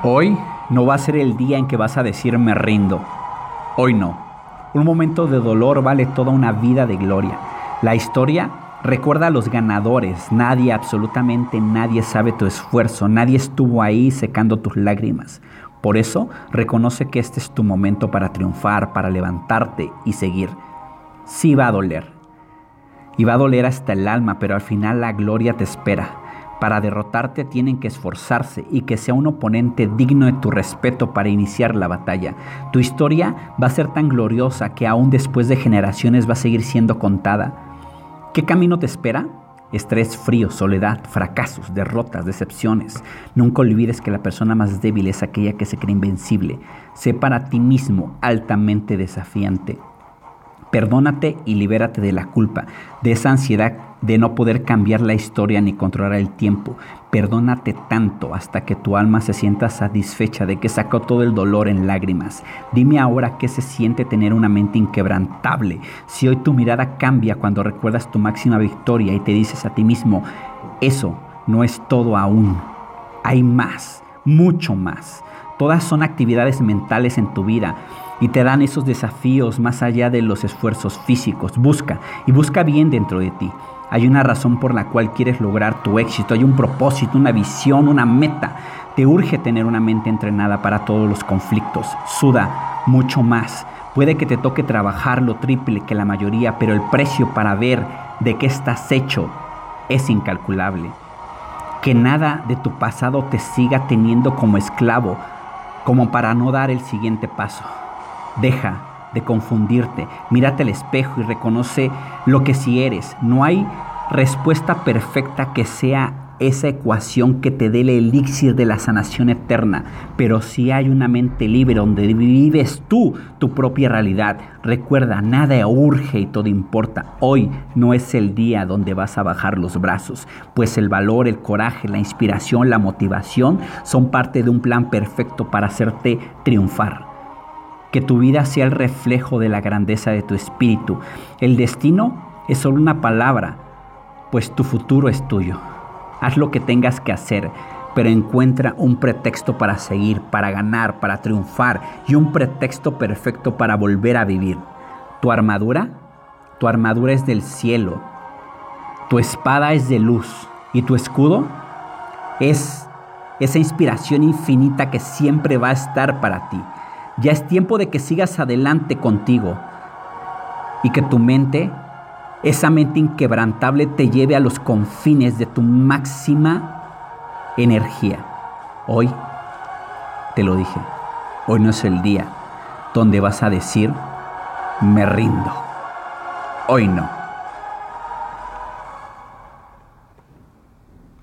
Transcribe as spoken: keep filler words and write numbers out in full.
Hoy no va a ser el día en que vas a decir me rindo. Hoy no. Un momento de dolor vale toda una vida de gloria. La historia recuerda a los ganadores. Nadie, absolutamente nadie sabe tu esfuerzo. Nadie estuvo ahí secando tus lágrimas. Por eso, reconoce que este es tu momento para triunfar, para levantarte y seguir. Sí va a doler. Y va a doler hasta el alma, pero al final la gloria te espera. Para derrotarte tienen que esforzarse y que sea un oponente digno de tu respeto para iniciar la batalla. Tu historia va a ser tan gloriosa que aún después de generaciones va a seguir siendo contada. ¿Qué camino te espera? Estrés, frío, soledad, fracasos, derrotas, decepciones. Nunca olvides que la persona más débil es aquella que se cree invencible. Sé para ti mismo altamente desafiante. Perdónate y libérate de la culpa, de esa ansiedad de no poder cambiar la historia ni controlar el tiempo. Perdónate tanto hasta que tu alma se sienta satisfecha de que sacó todo el dolor en lágrimas. Dime ahora qué se siente tener una mente inquebrantable. Si hoy tu mirada cambia cuando recuerdas tu máxima victoria y te dices a ti mismo, eso no es todo aún. Hay más, mucho más. Todas son actividades mentales en tu vida y te dan esos desafíos más allá de los esfuerzos físicos. Busca y busca bien dentro de ti. Hay una razón por la cual quieres lograr tu éxito. Hay un propósito, una visión, una meta. Te urge tener una mente entrenada para todos los conflictos. Suda mucho más. Puede que te toque trabajar lo triple que la mayoría, pero el precio para ver de qué estás hecho es incalculable. Que nada de tu pasado te siga teniendo como esclavo, como para no dar el siguiente paso. Deja de confundirte, mírate al espejo y reconoce lo que sí eres. No hay respuesta perfecta que sea esa ecuación que te dé el elixir de la sanación eterna, pero sí hay una mente libre donde vives tú tu propia realidad. Recuerda, nada urge y todo importa. Hoy no es el día donde vas a bajar los brazos, pues el valor, el coraje, la inspiración, la motivación son parte de un plan perfecto para hacerte triunfar. Que tu vida sea el reflejo de la grandeza de tu espíritu. El destino es solo una palabra, pues tu futuro es tuyo. Haz lo que tengas que hacer, pero encuentra un pretexto para seguir, para ganar, para triunfar y un pretexto perfecto para volver a vivir. Tu armadura, tu armadura es del cielo, tu espada es de luz y tu escudo es esa inspiración infinita que siempre va a estar para ti. Ya es tiempo de que sigas adelante contigo y que tu mente, esa mente inquebrantable, te lleve a los confines de tu máxima energía. Hoy, te lo dije, hoy no es el día donde vas a decir, me rindo. Hoy no.